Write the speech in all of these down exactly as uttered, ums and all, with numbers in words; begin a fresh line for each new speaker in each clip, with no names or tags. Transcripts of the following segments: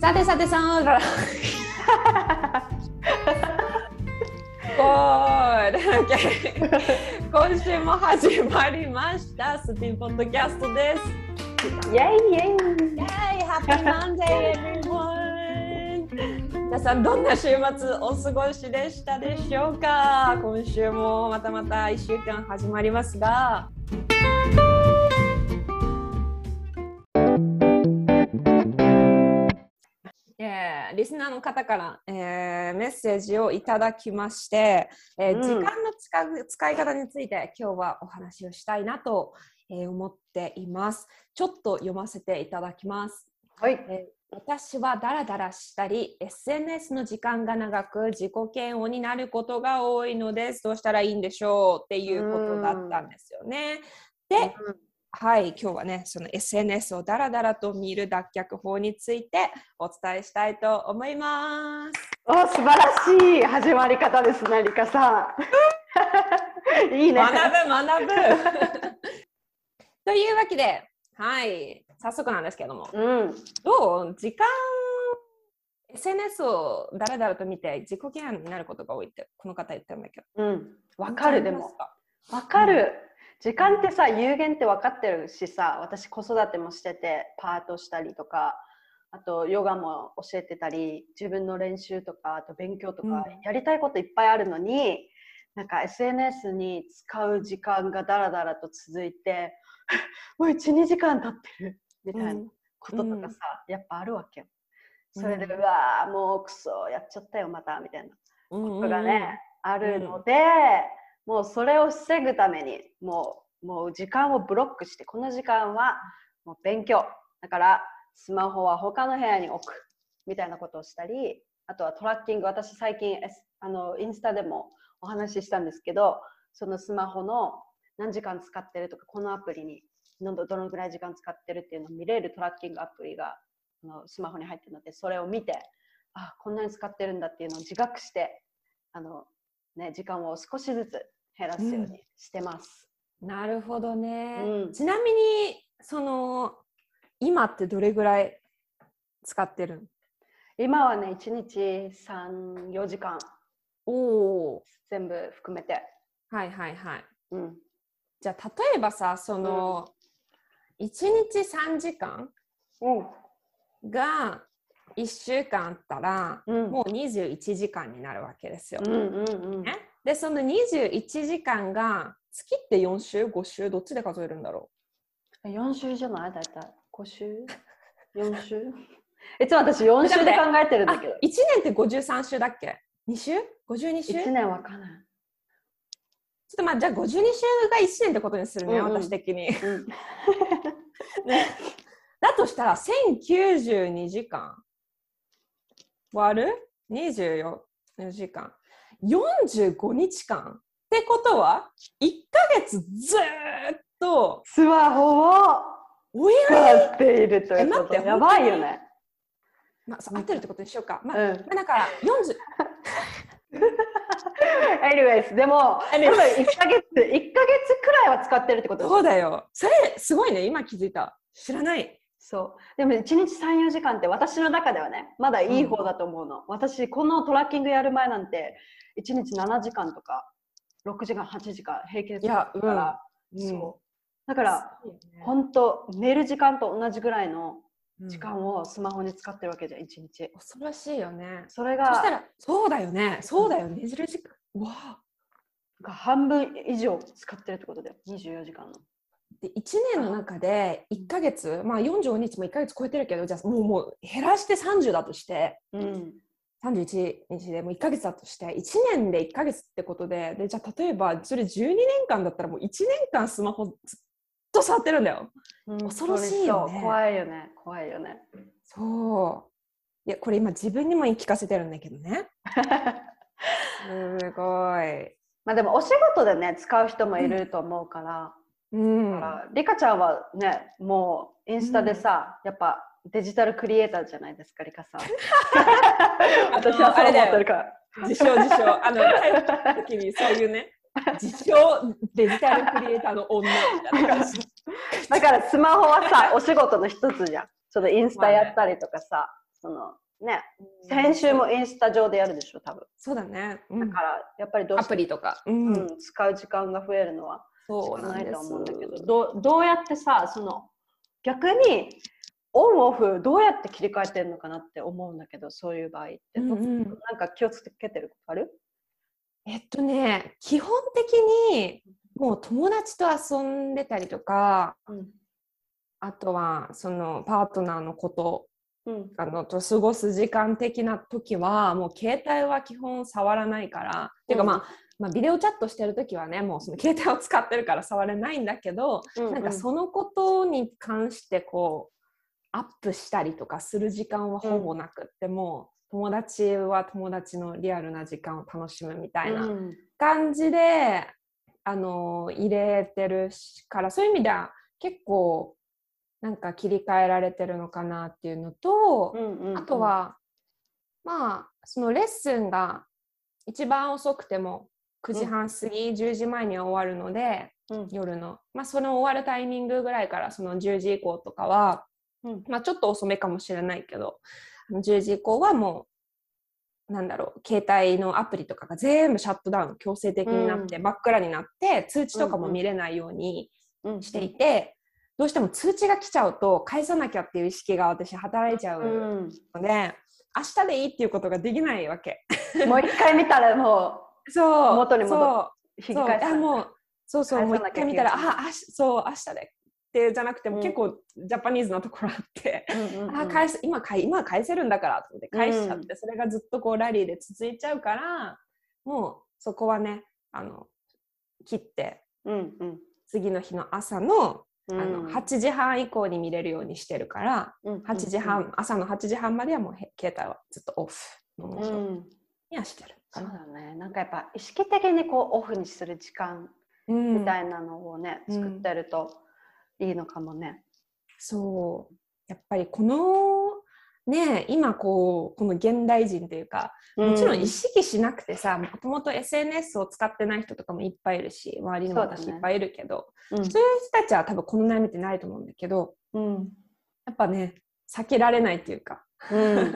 さてさてさんらGood. Okay. 今週も始まりましたスピンポッドキャストです。
イェイイェイ
Yay! Happy Monday, everyone! 皆さんどんな週末お過ごしでしたでしょうか？今週もまたまたいっしゅうかん始まりますが、えー、リスナーの方から、えー、メッセージをいただきまして、えーうん、時間の使う、使い方について今日はお話をしたいなと、えー、思っています。ちょっと読ませていただきます。
はい。
えー、私はダラダラしたり エスエヌエス の時間が長く自己嫌悪になることが多いのです。どうしたらいいんでしょうっていうことだったんですよね。で、うんはい、今日はね、その エスエヌエス をダラダラと見る脱却法についてお伝えしたいと思います。
お、素晴らしい始まり方ですね、リカさん。いいね。
学ぶ、学ぶ。というわけで、はい、早速なんですけども、うん、どう時間、エスエヌエス をダラダラと見て自己嫌悪になることが多いってこの方言ってるんだけど。
うん、わかるでも。わかる。うん時間ってさ、有限って分かってるしさ、私子育てもしててパートしたりとか、あとヨガも教えてたり、自分の練習とか、あと勉強とか、うん、やりたいこといっぱいあるのに、なんか エスエヌエス に使う時間がダラダラと続いて、もういち、にじかん経ってるみたいなこととかさ、うん、やっぱあるわけよ。それで、うん、うわーもうクソやっちゃったよまたみたいなことがね、うんうん、あるので、もうそれを防ぐためにもう、もう時間をブロックして、この時間はもう勉強だからスマホは他の部屋に置くみたいなことをしたり、あとはトラッキング、私最近、S、あのインスタでもお話ししたんですけど、そのスマホの何時間使ってるとか、このアプリにどのぐらい時間使ってるっていうのを見れるトラッキングアプリがあのスマホに入ってるので、それを見て、あ、こんなに使ってるんだっていうのを自覚してあの、ね、時間を少しずつ減らすようにしてます、
うん、なるほどね、うん、ちなみにその今ってどれぐらい使ってる？
今はねいちにちさん、よじかん。
おー、
全部含めて。
はいはいはい、
うん、
じゃあ例えばさ、その、うん、いちにちさんじかんがいっしゅうかんあったら、うん、もうにじゅういちじかんになるわけですよ、
うんうんうん
ね、でそのにじゅういちじかんが月ってよんしゅう、ごしゅうどっちで数えるんだろ
う？よん週じゃない？だいたいご週よん週いつも私よん週で考えてるんだけど。
いちねんってごじゅうさん週だっけ？に週 ?ごじゅうに 週
いちねんわかんない。
ちょっとまあじゃあごじゅうに週がいちねんってことにするね、うんうん、私的に、うんね、だとしたらせんきゅうじゅうにじかん割るにじゅうよじかんよんじゅうごにちかんってことはいっかげつずーっと
スマホを使っているということ。やばいよね。
まあ、合ってるってことにしようか。まあ、うん、まあ、だからよんじゅう
anyways でも多分いっかげついっかげつくらいは使ってるってことです。
そうだよ。それすごいね。今気づいた。知らない。
そうでもいちにちさん、よじかんって私の中ではねまだいい方だと思うの、うん、私このトラッキングやる前なんていちにちななじかんとかろくじかんはちじかん平気で使ったから、うん、そうだから本当、ね、寝る時間と同じぐらいの時間をスマホに使ってるわけじゃんいちにち。
恐ろしいよね。
それが
そしたらそうだよねそうだよ、寝る時間わ
が半分以上使ってるってことだよにじゅうよじかんの。
でいちねんの中でいっかげつ、まあよんじゅうごにちもいっかげつ超えてるけど、じゃあもう、もう減らしてさんじゅうだとして、うん、さんじゅういちにちでもういっかげつだとしていちねんでいっかげつってことで、でじゃあ例えばそれじゅうにねんかんだったらもういちねんかんスマホずっと触ってるんだよ、うん、恐ろしいよね。
怖いよね怖いよね。
そういやこれ今自分にも言い聞かせてるんだけどねすごい。
まあでもお仕事でね使う人もいると思うから、うん、だからリカちゃんはねもうインスタでさ、うん、やっぱデジタルクリエイターじゃないですかリカさん私はそう思ってるから
自称自称あの帰った時にそういうね自称デジタルクリエイターの女みたいな感じ
だからスマホはさお仕事の一つじゃん。そのインスタやったりとかさ、 そのね、編集もインスタ上でやるでしょ多分。
そうだね、
うん、だからやっぱりどうしても
アプリとか、うん
うん、使う時間が増えるのは
そう
しかないと思うんだけど、
ど
うどうやってさその逆にオンオフどうやって切り替えてるのかなって思うんだけど、そういう場合って、うんうん、なんか気をつけてることある？
えっとね基本的にもう友達と遊んでたりとか、うん、あとはそのパートナーのこと、うん、あのと過ごす時間的な時はもう携帯は基本触らないから、うん、っていうかまあまあ、ビデオチャットしてるときはねもうその携帯を使ってるから触れないんだけど、うんうん、なんかそのことに関してこうアップしたりとかする時間はほぼなくって、うん、もう友達は友達のリアルな時間を楽しむみたいな感じで、うん、あの入れてるから、そういう意味では結構なんか切り替えられてるのかなっていうのと、うんうんうん、あとはまあそのレッスンが一番遅くてもくじはん過ぎ、うん、じゅうじまえには終わるので、うん、夜の、まあ、その終わるタイミングぐらいからそのじゅうじ以降とかは、うんまあ、ちょっと遅めかもしれないけどじゅうじ以降はもうなんだろう携帯のアプリとかが全部シャットダウン強制的になって、うん、真っ暗になって通知とかも見れないようにしていて、うんうん、どうしても通知が来ちゃうと返さなきゃっていう意識が私働いちゃうので、うん、明日でいいっていうことができないわけ。
もう一回見たらもう
そう
元に戻って
引き返さない。そうそう、もう一回見たら、あ、あそう、明日でってじゃなくても、うん、結構ジャパニーズなところあって、うんうんうん、あ返す今返、今返せるんだからと思って返しちゃって、うん、それがずっとこうラリーで続いちゃうから、もうそこはね、あの切って、うんうん、次の日の朝の、あのはちじはん以降に見れるようにしてるから、うんうんうん、はちじはん、朝のはちじはんまではもう携帯はずっとオフのモードにはしてる。
そうだね、なんかやっぱ意識的にこうオフにする時間みたいなのをね、うん、作ってるといいのかもね。
そうやっぱりこのね今こうこの現代人というか、もちろん意識しなくてさ、もともと エスエヌエス を使ってない人とかもいっぱいいるし、周りにも私いっぱいいるけど、そう、ねうん、そういう人たちは多分この悩みってないと思うんだけど、うん、やっぱね避けられないっていうか、
うん、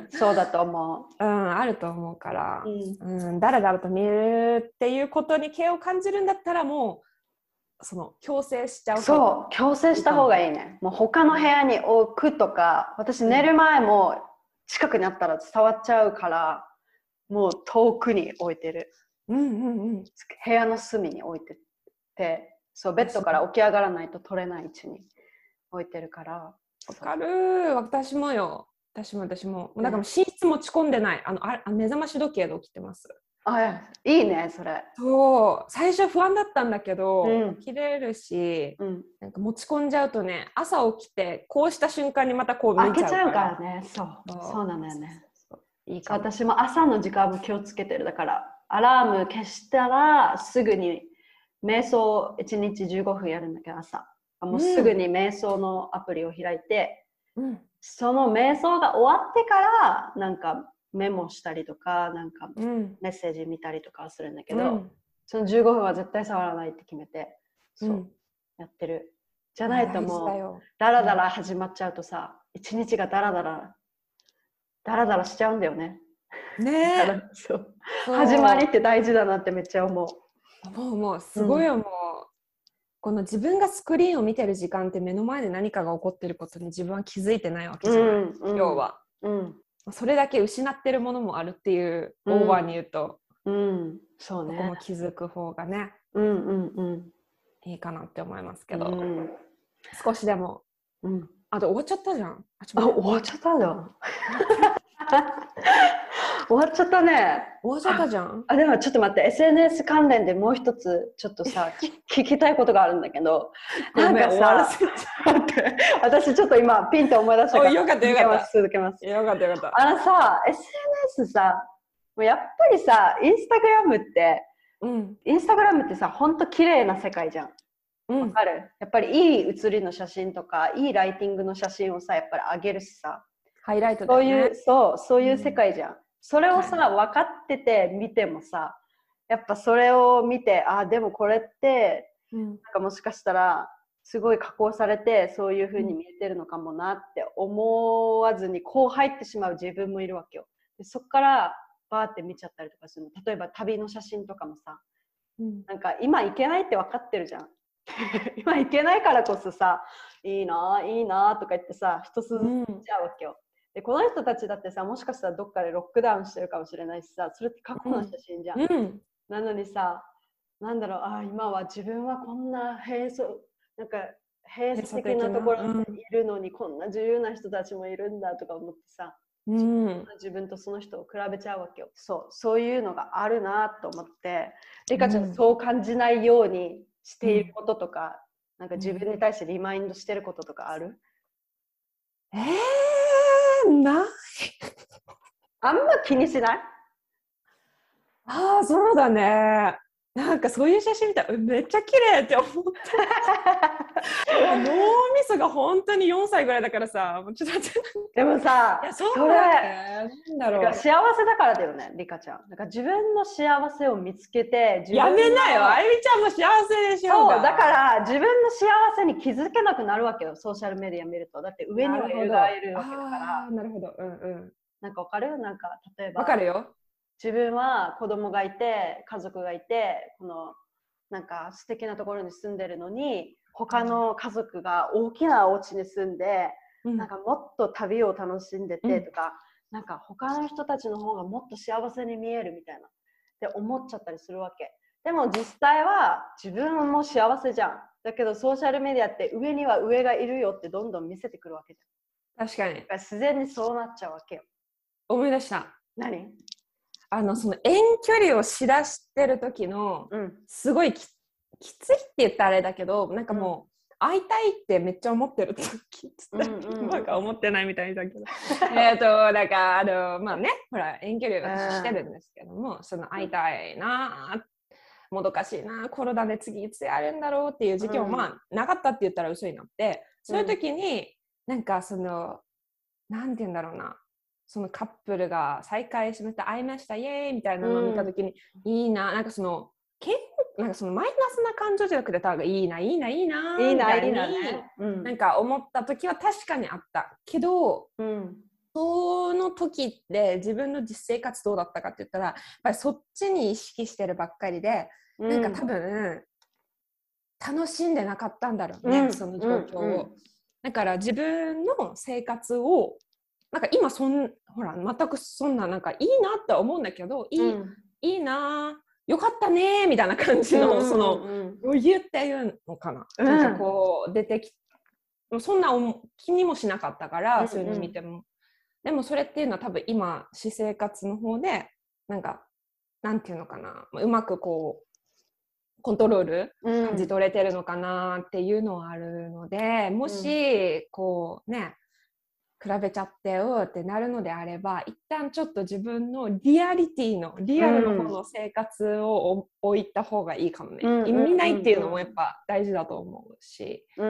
そうだと思
う、うん、あると思うから、うんうん、だらだらと見るっていうことに気を感じるんだったらもうその強制しちゃう。
そう強制した方がいいね。もう他の部屋に置くとか、私寝る前も近くにあったら伝わっちゃうから、もう遠くに置いてる、うんうんうん、部屋の隅に置いてて、そうベッドから起き上がらないと取れない位置に置いてるから。
わかる、私もよ。私も私も。だから寝室持ち込んでない。あのあ目覚まし時計で起きてます。
あ、いいねそれ。
そう最初不安だったんだけど、うん、起きれるし、うん、なんか持ち込んじゃうとね、朝起きてこうした瞬間にまたこう
開けちゃうからね。そうそうなんだよね。いいかも。私も朝の時間も気をつけてる。だからアラーム消したらすぐに瞑想いちにちじゅうごふんやるんだけど、朝もうすぐに瞑想のアプリを開いて、うん、その瞑想が終わってからなんかメモしたりとか、なんかメッセージ見たりとかするんだけど、うん、そのじゅうごふんは絶対触らないって決めて、そう、うん、やってる。じゃないともうダラダラ始まっちゃうとさ、一日がダラダラダラダラしちゃうんだよね。
ねえ。
そう始まりって大事だなってめっちゃ思う。
思う思う、すごい思う。うん、この自分がスクリーンを見てる時間って目の前で何かが起こってることに自分は気づいてないわけじゃない、うんうん、要は。うんそれだけ失ってるものもあるっていうオーバーに言うと、うんうん、そうね、ここも気づく方がね、うんうんうん、いいかなって思いますけど、うん、少しでも、うん、あと終わっちゃったじゃん。
あ、終わっちゃったんだ終わっちゃったね。
終わっちゃったじゃん。
あ、でもちょっと待って、 エスエヌエス 関連でもう一つちょっとさ聞きたいことがあるんだけど、なんかさ私ちょっと今ピンと思い出したから、
よかったよかった、
続けます。
よかったよかった。
あのさ エスエヌエス さ、やっぱりさインスタグラムって、うん、インスタグラムってさほんと綺麗な世界じゃん。わ、うん、かる。やっぱりいい写りの写真とかいいライティングの写真をさやっぱり上げるしさ、
ハイライトだよね。
そういうそうそういう世界じゃん。うん、それをさ、はい、分かってて見てもさ、やっぱそれを見て、あでもこれって、うん、なんかもしかしたらすごい加工されてそういう風に見えてるのかもなって思わずにこう入ってしまう自分もいるわけよ。でそっからバーって見ちゃったりとかするの。例えば旅の写真とかもさ、うん、なんか今行けないって分かってるじゃん今行けないからこそさ、いいないいなとか言ってさ、一つずつ見ちゃうわけよ、うん、でこの人たちだってさ、もしかしたらどっかでロックダウンしてるかもしれないしさ、それって過去の写真じゃん、うん、なのにさ、なんだろう、あ今は自分はこんな閉塞なんか閉鎖的なところにいるのに、こんな自由な人たちもいるんだとか思ってさ、うん、自分とその人を比べちゃうわけよ。そうそういうのがあるなと思って、リカちゃん、そう感じないようにしていることとか、うん、なんか自分に対してリマインドしてることとかある？
えー、ない
あんま気にしない？
ああ、そうだね。なんかそういう写真見たらめっちゃ綺麗って思った脳みそが本当によんさいぐらいだからさ、もうちょっと
でもさ、
いやそうそれなんだろう、
幸せだからだよね、リカちゃん。なんか自分の幸せを見つけて、自分
やめなよ、あゆみちゃんも幸せでしょうが。
そうだから自分の幸せに気づけなくなるわけよ、ソーシャルメディア見ると。だって上にはエルがいるわけだから。
なるほど、うんうん。
なんかわかる？なんか例えば
わかるよ。
自分は子供がいて家族がいて、このなんか素敵なところに住んでるのに、他の家族が大きなお家に住んで、うん、なんかもっと旅を楽しんでてとか、うん、なんか他の人たちの方がもっと幸せに見えるみたいなって思っちゃったりするわけ。でも実際は自分も幸せじゃん。だけどソーシャルメディアって上には上がいるよってどんどん見せてくるわけじ
ゃん。確かに。
自然にそうなっちゃうわけよ。
思い出した。
何？
あのその遠距離をしだしてる時の、うん、すごい き, きついって言ったらあれだけど、なんかもう、うん、会いたいってめっちゃ思ってる時なんか思ってないみたいだけどえっとなんかあのまあね、ほら遠距離をしてるんですけども、その会いたいな、もどかしいな、コロナで次いつやるんだろうっていう時期も、うん、まあなかったって言ったら嘘になって、そういう時に、うん、なんかそのなんて言うんだろうな、そのカップルが再会しました、会いました、イエーイみたいなのを見たときに、うん、いいな、なんかその、なんかそのマイナスな感情じゃなくて、多分いいな、いいな、いいな、
いいな、いい
な、
ね、
うん、なんか思ったときは確かにあったけど、うん、その時って自分の実生活どうだったかって言ったら、やっぱりそっちに意識してるばっかりで、うん、なんか多分、楽しんでなかったんだろうね、うん、その状況を。うんうん、だから自分の生活をなんか今そんほら全くそんななんかいいなって思うんだけど、いい、うん、いいな、よかったねみたいな感じの、うんうんうん、その余裕っていうのかな、うん、なんかこう出てきそんな気にもしなかったから、うんうん、そういうの見ても、でもそれっていうのは多分今私生活の方でなんかなんていうのかな、うまくこうコントロール感じ取れてるのかなっていうのはあるので、もしこうね比べちゃってうーってなるのであれば、一旦ちょっと自分のリアリティのリアルの方の生活を置いた方がいいかもね、うん、見ないっていうのもやっぱ大事だと思うし、
うん、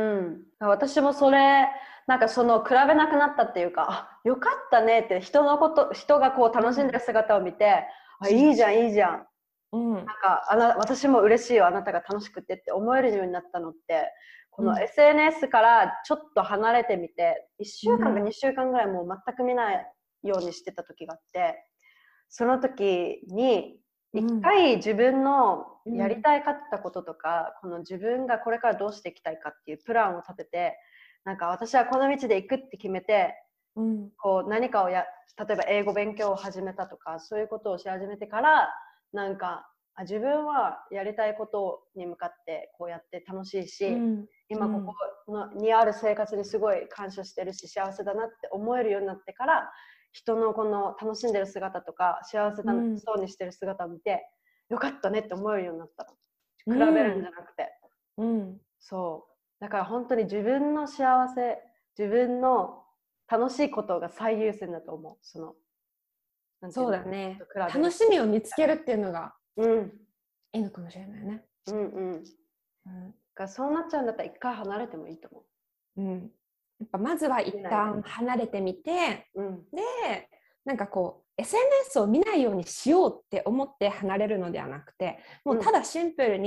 私もそれなんかその比べなくなったっていうか、あ、よかったねって人のこと人がこう楽しんでる姿を見て、うん、あ、いいじゃんいいじゃん、うん、なんかあな私も嬉しいよ、あなたが楽しくてって思えるようになったのって、この エスエヌエス からちょっと離れてみて、いっしゅうかんかにしゅうかんぐらいもう全く見ないようにしてた時があって、その時に一回自分のやりたいかったこととか、この自分がこれからどうしていきたいかっていうプランを立てて、なんか私はこの道で行くって決めて、こう何かをや、例えば英語勉強を始めたとか、そういうことをし始めてから、なんかあ自分はやりたいことに向かってこうやって楽しいし、うん、今ここのにある生活にすごい感謝してるし幸せだなって思えるようになってから、人のこの楽しんでる姿とか幸せだそうにしてる姿を見て、うん、よかったねって思えるようになったの。比べるんじゃなくて、うん、そうだから本当に自分の幸せ、自分の楽しいことが最優先だと思う。その
そうだね、楽しみを見つけるっていうのがうん、いいのかもしれないね。うんうん。
うん、がそうなっちゃうんだったら一回離れてもいいと思う。
うん。やっぱまずは一旦離れてみて、うん、でなんかこう エスエヌエス を見ないようにしようって思って離れるのではなくて、もうただシンプルに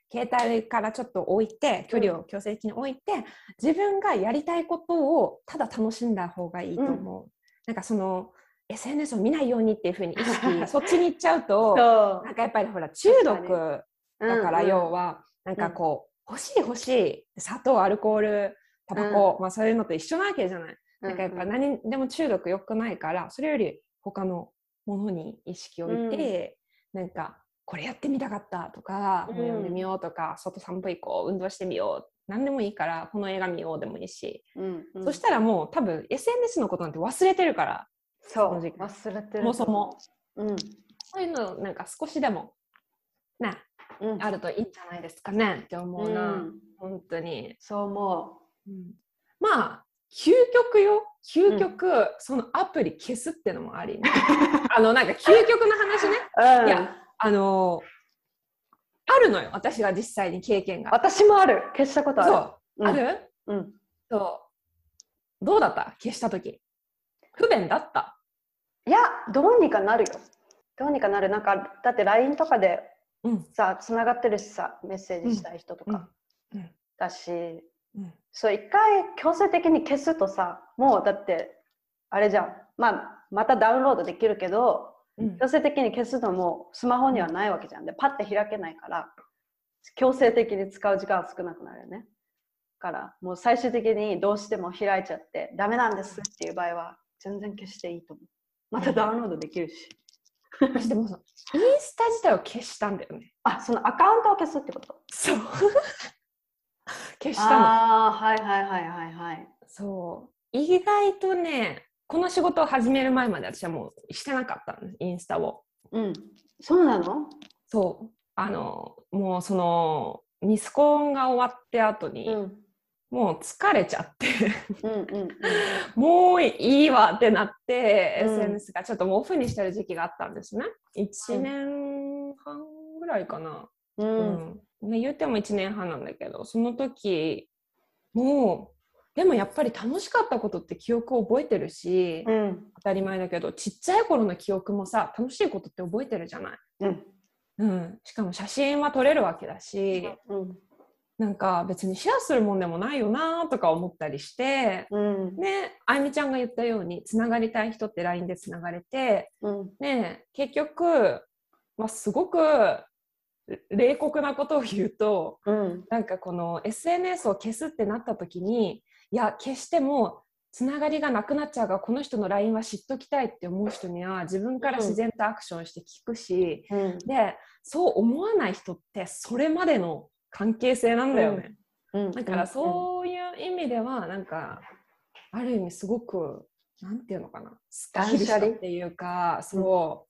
携帯からちょっと置いて、距離を強制的に置いて、うん、自分がやりたいことをただ楽しんだ方がいいと思う。うん、なんかその エスエヌエス を見ないようにっていうふうに意識そっちに行っちゃうとなんかやっぱりほら中毒だから、要はなんかこう、うん、欲しい欲しい砂糖、アルコール、タバコ、うん、まあそういうのと一緒なわけじゃない。なんかやっぱ何でも中毒良くないから、それより他のものに意識を置いて、うん、なんかこれやってみたかったとか、本読んでみようとか、外散歩行こう、運動してみよう、何でもいいからこの映画見ようでもいいし、うんうん、そしたらもう多分 エスエヌエス のことなんて忘れてるから、
そう、忘れてる、
そもそも、うん、そういうのなんか少しでもね、うん、あるといいんじゃないですかねって思うな、うん、本当に
そう思
う、うん、まあ究極よ、究極、うん、そのアプリ消すってのもあり、ね、あのなんか究極の話ね、うん、いやあのあるのよ、私が実際に経験が。
私もある、消したことある。
そう、うん、ある、うん、そうどうだった、消した時不便だった？
いや、どうにかなるよ、どうにかなる。なんかだって ライン とかでさ、つながってるしさ、メッセージしたい人とか、うんうん、だし、うん、そう一回強制的に消すとさ、もうだってあれじゃん、まあ、またダウンロードできるけど、うん、強制的に消すのもスマホにはないわけじゃん。でパッて開けないから強制的に使う時間は少なくなるよね。だからもう最終的にどうしても開いちゃってダメなんですっていう場合は全然消していいと思う。またダウンロードできるし。
私でもさ、インスタ自体を消したんだよね。
あ、そのアカウントを消すってこと？
そう消したの。
ああ、はいはいはいはいはい。
そう、意外とね、この仕事を始める前まで私はもうしてなかったの、インスタを。
うん、そうなの？
そう、あのもうそのミスコンが終わって後に、うん、もう疲れちゃってうんうん、うん、もういいわってなって、うん、エスエヌエス がちょっともうオフにしてる時期があったんですね。いちねんはんぐらいかな、うんうん、言ってもいちねんはんなんだけど、その時もうでもやっぱり楽しかったことって記憶を覚えてるし、うん、当たり前だけどちっちゃい頃の記憶もさ、楽しいことって覚えてるじゃない、うんうん、しかも写真は撮れるわけだし、うん、なんか別にシェアするもんでもないよなとか思ったりして、うん、ね、あゆみちゃんが言ったようにつながりたい人って ライン でつながれて、うん、ね、結局、まあ、すごく冷酷なことを言うと、うん、なんかこの エスエヌエス を消すってなった時に、いや消してもつながりがなくなっちゃうが、この人の ライン は知っときたいって思う人には自分から自然とアクションして聞くし、うん、でそう思わない人ってそれまでの関係性なんだよね、うん、だからそういう意味ではなんかある意味すごくなんていうのかな、スッキリしたっていうか、そう、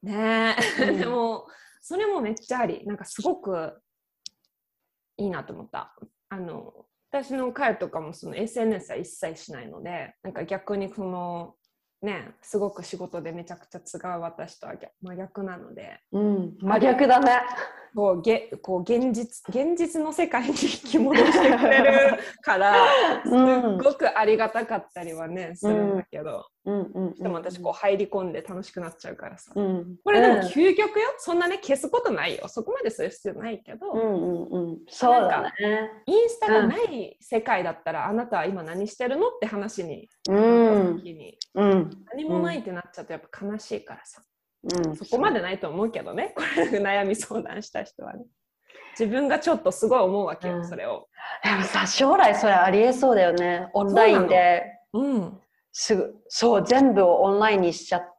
うん、ねえ、うん、でもそれもめっちゃあり、なんかすごくいいなと思った。あの私の彼とかもその エスエヌエス は一切しないので、なんか逆にそのね、すごく仕事でめちゃくちゃ違う私とは真逆なので、
うん、真逆だね。
こうげこう現実現実の世界に引き戻してくれるからすっごくありがたかったりはねするんだけど、うんうん、でも私こう入り込んで楽しくなっちゃうからさ、うん、これでも究極よ、そんなね消すことないよ、そこまでする必要ないけど、うんうんうん、そうだね、インスタがない世界だったら、うん、あなたは今何してるのって話になった時に、うん、何もないってなっちゃうとやっぱ悲しいからさ、うん、そこまでないと思うけどね、これ悩み相談した人はね、自分がちょっとすごい思うわけよ、うん、それを。
でもさ、将来それありえそうだよね、オンラインで、うん、すぐそう全部をオンラインにしちゃって、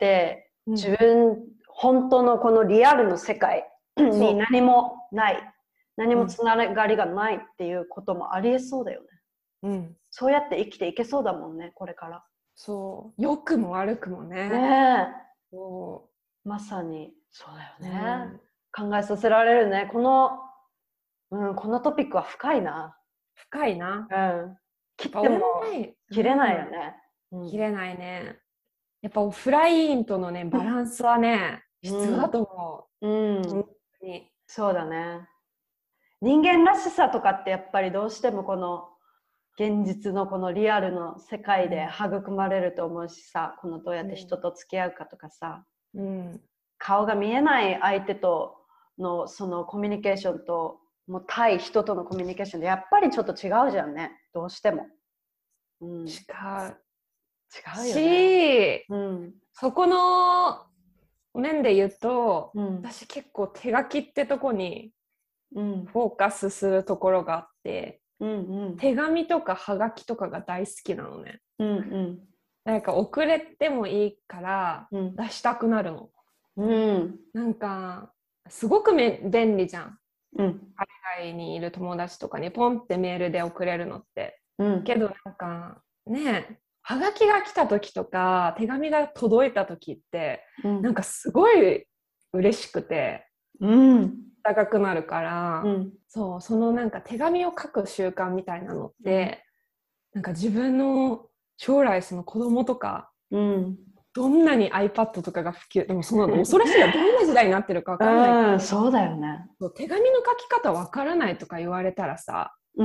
うん、自分本当のこのリアルの世界に何もない、何もつながりがないっていうこともありえそうだよね、うん、そうやって生きていけそうだもんね、これから。
そう、良くも悪くもね。
ねえ、そうまさにそうだよね、うん、考えさせられるね、この、うん、このトピックは深いな。
深いな、
うん、切っても切れないよね、
うん、切れないね。やっぱオフラインとのねバランスはね、うん、必要だと思う、うん、本当に
そうだね。人間らしさとかってやっぱりどうしてもこの現実のこのリアルの世界で育まれると思うしさ、このどうやって人と付き合うかとかさ、うん、顔が見えない相手とのそのコミュニケーションともう対人とのコミュニケーションでやっぱりちょっと違うじゃんね、どうしても。うん、違う。違うよね。うん、
そこの面で言うと、
うん、
私結構手書きってとこにフォーカスするところがあって、うんうん、手紙とかはがきとかが大好きなのね。うんうん、なんか遅れてもいいから出したくなるの。うん、なんかすごくめ便利じゃん。うん、海外にいる友達とかにポンってメールで送れるのって。うん、けどなんかね、はがきが来た時とか手紙が届いた時って、うん、なんかすごい嬉しくて、うん、高くなるから、うん、そう、そのなんか手紙を書く習慣みたいなのって、うん、なんか自分の将来その子供とか、うん、どんなに iPad とかが普及、でもその恐ろしいがどんな時代になってるか分からないけど、
そうだよね。
手紙の書き方分からないとか言われたらさ、うん、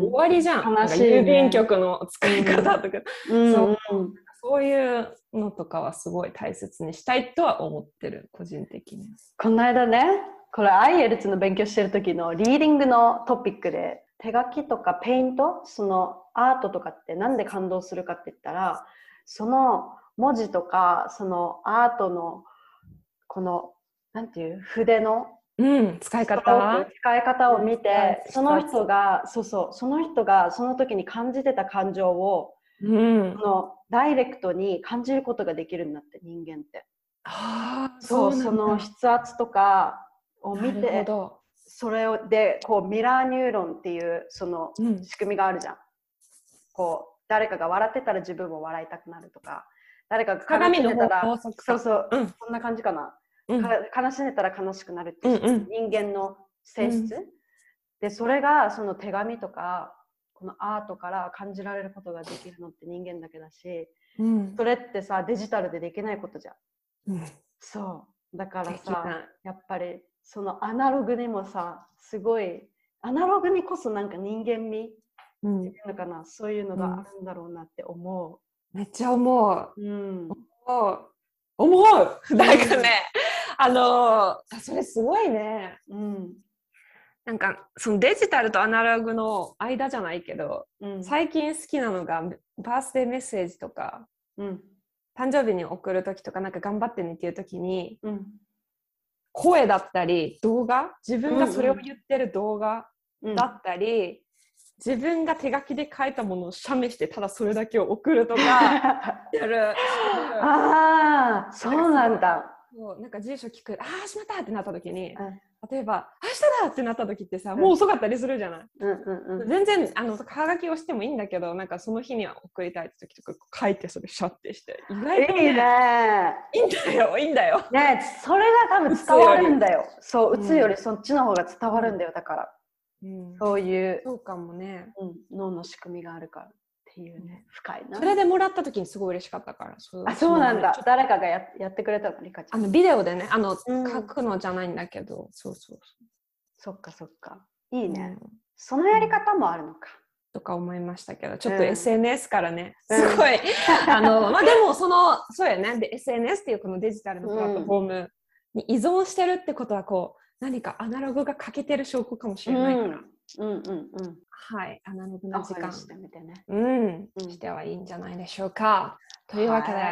終わりじゃん。
悲しいね。
郵便局の使い方とか、うん、そう、そういうのとかはすごい大切にしたいとは思ってる、個人的に。
この間ね、これ アイエルツ の勉強してる時のリーディングのトピックで、手書きとかペイント、そのアートとかってなんで感動するかって言ったら、その文字とかそのアートのこのなんていう筆の、
うん、使い方
使い方を見て、その人がそうそうその人がその時に感じてた感情を、うん、そのダイレクトに感じることができるんだって、人間って。
ああ、
そう、その筆圧とかを見て、それでこうミラーニューロンっていうその仕組みがあるじゃん、うん、こう誰かが笑ってたら自分も笑いたくなるとか、誰かが悲しんでたら、そうそう、うん、そんな感じかな、うん、か悲しんでたら悲しくなるっていう、うん、人間の性質、うん、でそれがその手紙とかこのアートから感じられることができるのって人間だけだし、うん、それってさデジタルでできないことじゃん、うん、そうだからさ、やっぱりそのアナログにもさ、すごいアナログにこそなんか人間味っていうのかな、うん、そういうのがあるんだろうなって思う。
めっちゃ思う。うん、思う。思う。なんかね、あのー、それすごいね。うん。なんかそのデジタルとアナログの間じゃないけど、うん、最近好きなのがバースデーメッセージとか、うん、誕生日に送るときとか、なんか頑張ってねっていうときに、うん、声だったり動画、自分がそれを言ってる動画だったり、うんうん、自分が手書きで書いたものを写メしてただそれだけを送るとかやる。
ああ、そうなんだ。
そうなんか住所聞く、ああしまったってなった時に、うん、例えば明日だってなった時ってさ、うん、もう遅かったりするじゃない、うんうんうん、全然あのはがきをしてもいいんだけど、なんかその日には送りたい時とか書いてそれシャッてして、意外と、ね、
いいね、
いいんだよいいんだよ
ね、それが多分伝わるんだよ。そう、打つよりそっちの方が伝わるんだよ、だから、うん、そういう
そうかもね、
うん、脳の仕組みがあるからっていうね、深いな。
それでもらった時にすごい嬉しかったから。
そう、あ、そうなんだ。誰かが や, やってくれたの、リカちゃん。
あのビデオでね、あの、うん、書くのじゃないんだけど、そうそうそう。
そっかそっか。いいね。うん、そのやり方もあるのか。
とか思いましたけど、ちょっと エスエヌエス からね、うん、すごい、うん、あの、まあでもその、そうやね、で エスエヌエス っていうこのデジタルのプラットフォームに依存してるってことは、こう、何かアナログが欠けてる証拠かもしれないから。うんうんうんうん、はい、アナログな時間
してみてね、
うん、うん、してはいいんじゃないでしょうか。というわけで、はい、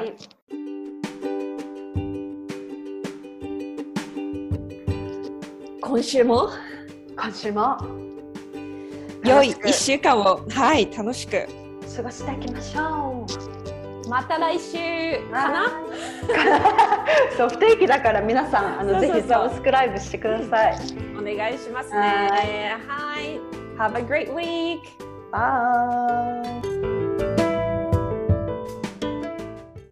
今週も
今週も
良いいっしゅうかんを、はい、楽しく
過ごしていきましょ
う。また来週かな
そう不定期だから皆さんあのそうそうそうぜひサブスクライブしてください。
お願いしますね。はい。Have a great week.
Bye.